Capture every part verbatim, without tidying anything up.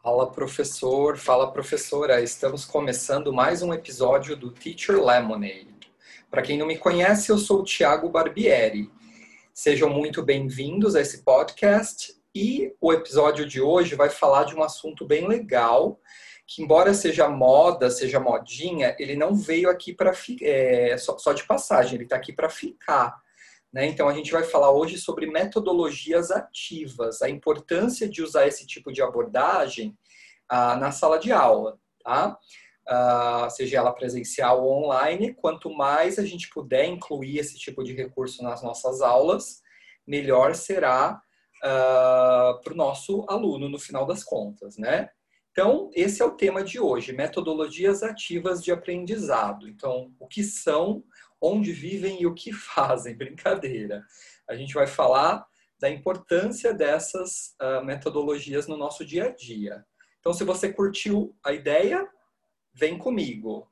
Fala, professor, fala, professora. Estamos começando mais um episódio do Teacher Lemonade. Para quem não me conhece, eu sou o Thiago Barbieri. Sejam muito bem-vindos a esse podcast e o episódio de hoje vai falar de um assunto bem legal, que embora seja moda, seja modinha, ele não veio aqui para é, só, só de passagem, ele está aqui para ficar. Né? Então, a gente vai falar hoje sobre metodologias ativas, a importância de usar esse tipo de abordagem ah, na sala de aula, tá? Ah, seja ela presencial ou online. Quanto mais a gente puder incluir esse tipo de recurso nas nossas aulas, melhor será ah, para o nosso aluno, no final das contas, né? Então, esse é o tema de hoje, metodologias ativas de aprendizado. Então, o que são, onde vivem e o que fazem, brincadeira. A gente vai falar da importância dessas uh, metodologias no nosso dia a dia. Então, se você curtiu a ideia, vem comigo.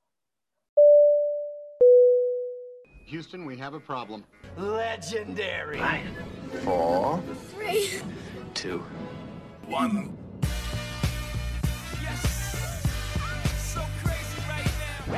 Houston, we have a problem. Legendary. Five, four, Three, two, One. Yes. So crazy right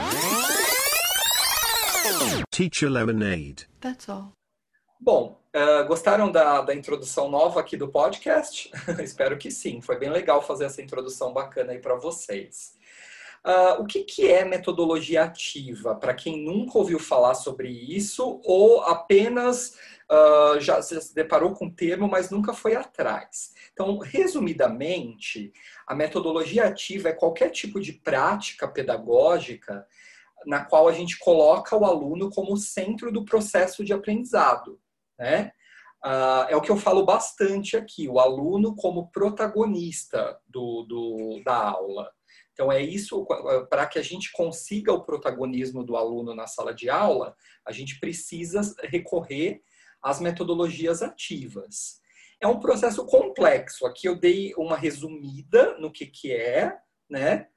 now. Teacher Lemonade. that's all. Bom, uh, gostaram da, da introdução nova aqui do podcast? Espero que sim. Foi bem legal fazer essa introdução bacana aí para vocês. Uh, o que, que é metodologia ativa? Para quem nunca ouviu falar sobre isso ou apenas uh, já se deparou com o termo, mas nunca foi atrás. Então, resumidamente, a metodologia ativa é qualquer tipo de prática pedagógica na qual a gente coloca o aluno como centro do processo de aprendizado, né? Uh, é o que eu falo bastante aqui, o aluno como protagonista do, do, da aula. Então, é isso, para que a gente consiga o protagonismo do aluno na sala de aula, a gente precisa recorrer às metodologias ativas. É um processo complexo, aqui eu dei uma resumida no que, que é, né?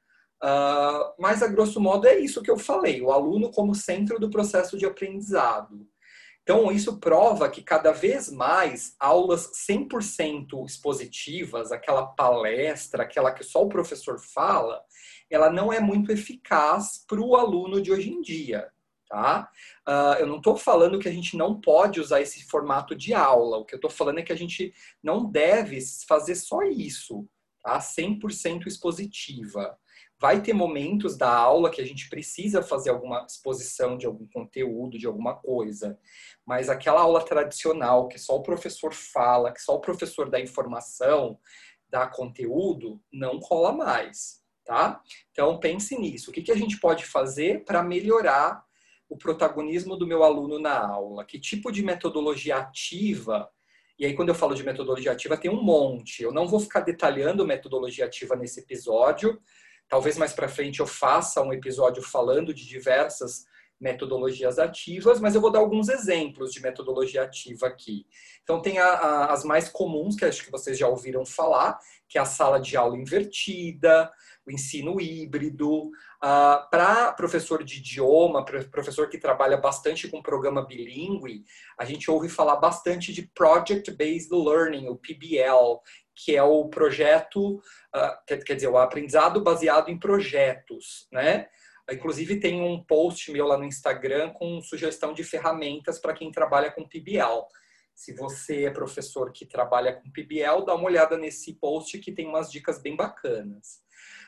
Uh, mas, a grosso modo, é isso que eu falei, o aluno como centro do processo de aprendizado. Então, isso prova que cada vez mais aulas cem por cento expositivas, aquela palestra, aquela que só o professor fala, ela não é muito eficaz para o aluno de hoje em dia. Tá? Uh, eu não estou falando que a gente não pode usar esse formato de aula, o que eu estou falando é que a gente não deve fazer só isso, tá? cem por cento expositiva. Vai ter momentos da aula que a gente precisa fazer alguma exposição de algum conteúdo, de alguma coisa. Mas aquela aula tradicional, que só o professor fala, que só o professor dá informação, dá conteúdo, não cola mais, tá? Então, pense nisso. O que, que a gente pode fazer para melhorar o protagonismo do meu aluno na aula? Que tipo de metodologia ativa? E aí, quando eu falo de metodologia ativa, tem um monte. Eu não vou ficar detalhando metodologia ativa nesse episódio. Talvez mais para frente eu faça um episódio falando de diversas metodologias ativas, mas eu vou dar alguns exemplos de metodologia ativa aqui. Então, tem a, a, as mais comuns, que acho que vocês já ouviram falar, que é a sala de aula invertida, o ensino híbrido. Uh, para professor de idioma, professor que trabalha bastante com programa bilíngue, a gente ouve falar bastante de Project Based Learning, o P B L, que é o projeto, uh, quer, quer dizer, o aprendizado baseado em projetos, né? Inclusive tem um post meu lá no Instagram com sugestão de ferramentas para quem trabalha com P B L. Se você é professor que trabalha com P B L, dá uma olhada nesse post que tem umas dicas bem bacanas.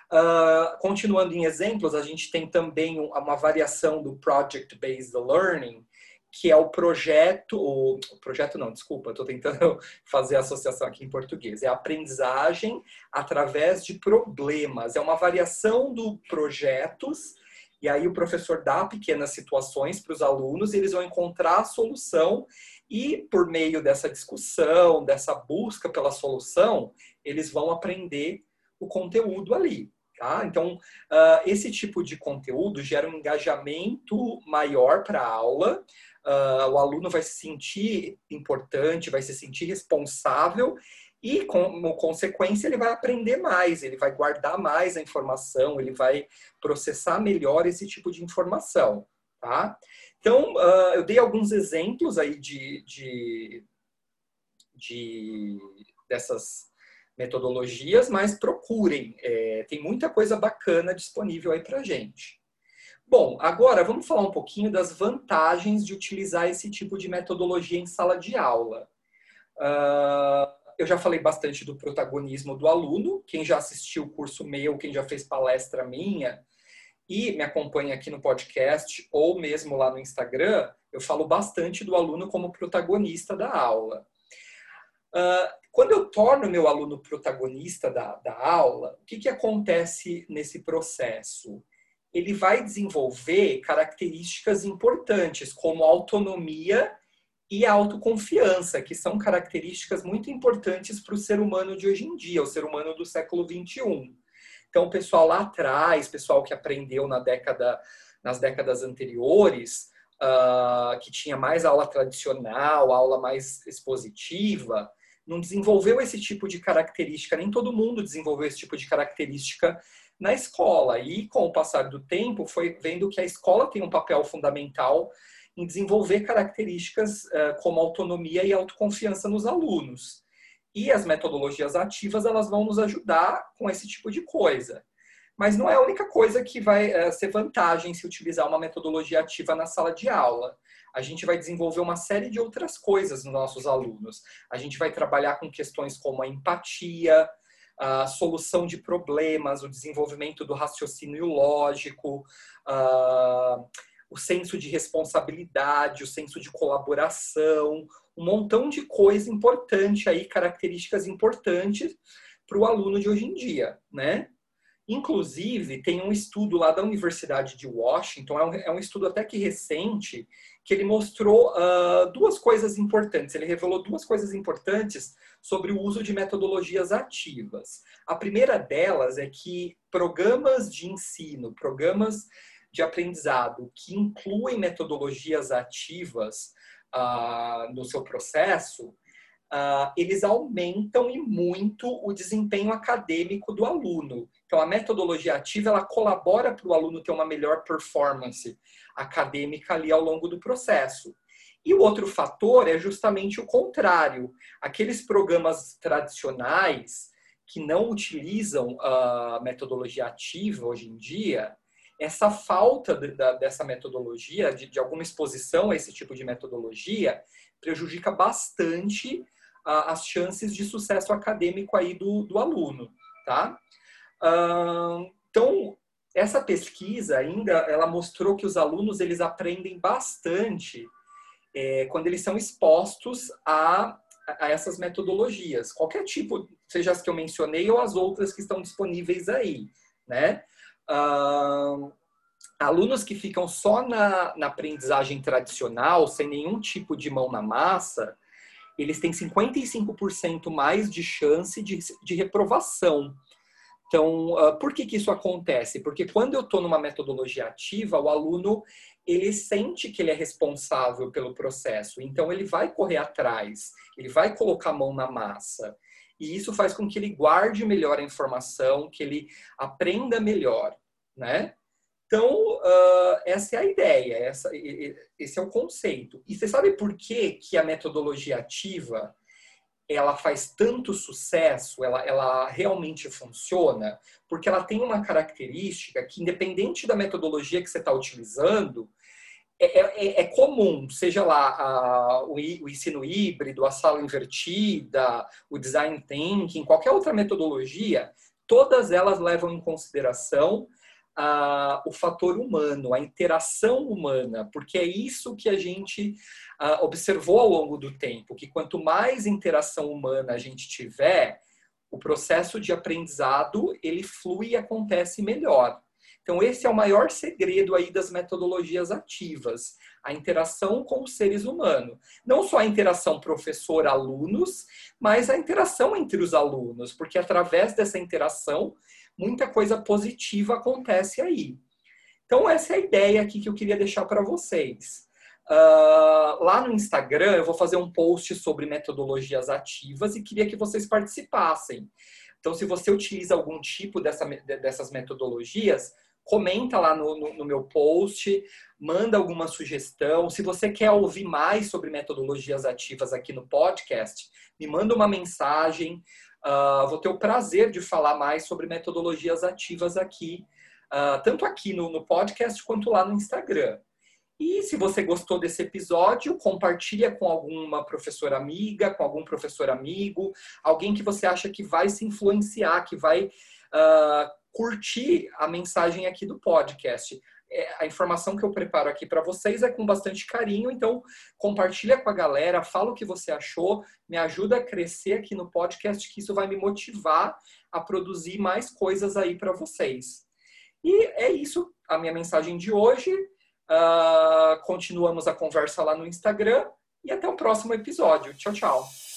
Uh, continuando em exemplos, a gente tem também uma variação do Project Based Learning, que é o projeto, o projeto não, desculpa, estou tentando fazer a associação aqui em português, é a aprendizagem através de problemas, é uma variação do projetos, e aí o professor dá pequenas situações para os alunos, e eles vão encontrar a solução, e por meio dessa discussão, dessa busca pela solução, eles vão aprender o conteúdo ali. Tá? Então, uh, esse tipo de conteúdo gera um engajamento maior para a aula, uh, o aluno vai se sentir importante, vai se sentir responsável e, como consequência, ele vai aprender mais, ele vai guardar mais a informação, ele vai processar melhor esse tipo de informação. Tá? Então, uh, eu dei alguns exemplos aí de, de, de dessas metodologias, mas procurem. É, tem muita coisa bacana disponível aí para gente. Bom, agora vamos falar um pouquinho das vantagens de utilizar esse tipo de metodologia em sala de aula. Uh, eu já falei bastante do protagonismo do aluno. Quem já assistiu o curso meu, quem já fez palestra minha e me acompanha aqui no podcast ou mesmo lá no Instagram, eu falo bastante do aluno como protagonista da aula. Uh, quando eu torno meu aluno protagonista da, da aula, o que, que acontece nesse processo? Ele vai desenvolver características importantes, como autonomia e autoconfiança, que são características muito importantes para o ser humano de hoje em dia, o ser humano do século vinte e um. Então, o pessoal lá atrás, pessoal que aprendeu na década, nas décadas anteriores, uh, que tinha mais aula tradicional, aula mais expositiva, não desenvolveu esse tipo de característica, nem todo mundo desenvolveu esse tipo de característica na escola. E, com o passar do tempo, foi vendo que a escola tem um papel fundamental em desenvolver características uh, como autonomia e autoconfiança nos alunos. E as metodologias ativas, elas vão nos ajudar com esse tipo de coisa. Mas não é a única coisa que vai uh, ser vantagem se utilizar uma metodologia ativa na sala de aula. A gente vai desenvolver uma série de outras coisas nos nossos alunos. A gente vai trabalhar com questões como a empatia, a solução de problemas, o desenvolvimento do raciocínio lógico, uh, o senso de responsabilidade, o senso de colaboração, um montão de coisa importante aí, características importantes para o aluno de hoje em dia, né? Inclusive, tem um estudo lá da Universidade de Washington, é um, é um estudo até que recente, que ele mostrou uh, duas coisas importantes. Ele revelou duas coisas importantes sobre o uso de metodologias ativas. A primeira delas é que programas de ensino, programas de aprendizado que incluem metodologias ativas uh, no seu processo, Uh, eles aumentam e muito o desempenho acadêmico do aluno. Então, a metodologia ativa, ela colabora para o aluno ter uma melhor performance acadêmica ali ao longo do processo. E o outro fator é justamente o contrário. Aqueles programas tradicionais que não utilizam a metodologia ativa hoje em dia, essa falta de, da, dessa metodologia, de, de alguma exposição a esse tipo de metodologia, prejudica bastante as chances de sucesso acadêmico aí do, do aluno, tá? Então, essa pesquisa ainda, ela mostrou que os alunos, eles aprendem bastante é, quando eles são expostos a, a essas metodologias. Qualquer tipo, seja as que eu mencionei ou as outras que estão disponíveis aí, né? Uh, alunos que ficam só na, na aprendizagem tradicional, sem nenhum tipo de mão na massa, eles têm cinquenta e cinco por cento mais de chance de, de reprovação. Então, uh, por que que isso acontece? Porque quando eu estou numa metodologia ativa, o aluno, ele sente que ele é responsável pelo processo. Então, ele vai correr atrás, ele vai colocar a mão na massa. E isso faz com que ele guarde melhor a informação, que ele aprenda melhor, né? Então, uh, essa é a ideia, essa, esse é o conceito. E você sabe por que que a metodologia ativa, ela faz tanto sucesso, ela, ela realmente funciona? Porque ela tem uma característica que, independente da metodologia que você está utilizando, é, é, é comum, seja lá a, o, o ensino híbrido, a sala invertida, o design thinking, qualquer outra metodologia, todas elas levam em consideração Uh, o fator humano, a interação humana, porque é isso que a gente uh, observou ao longo do tempo, que quanto mais interação humana a gente tiver, o processo de aprendizado, ele flui e acontece melhor. Então, esse é o maior segredo aí das metodologias ativas, a interação com os seres humanos. Não só a interação professor-alunos, mas a interação entre os alunos, porque através dessa interação, muita coisa positiva acontece aí. Então, essa é a ideia aqui que eu queria deixar para vocês. Uh, lá no Instagram, eu vou fazer um post sobre metodologias ativas e queria que vocês participassem. Então, se você utiliza algum tipo dessa, dessas metodologias, comenta lá no, no, no meu post, manda alguma sugestão. Se você quer ouvir mais sobre metodologias ativas aqui no podcast, me manda uma mensagem. uh, vou ter o prazer de falar mais sobre metodologias ativas aqui, uh, tanto aqui no, no podcast quanto lá no Instagram. E se você gostou desse episódio, compartilha com alguma professora amiga, com algum professor amigo, alguém que você acha que vai se influenciar, que vai uh, curtir a mensagem aqui do podcast. A informação que eu preparo aqui para vocês é com bastante carinho, então compartilha com a galera, fala o que você achou, me ajuda a crescer aqui no podcast, que isso vai me motivar a produzir mais coisas aí para vocês. E é isso, a minha mensagem de hoje. Uh, continuamos a conversa lá no Instagram e até o próximo episódio. Tchau, tchau.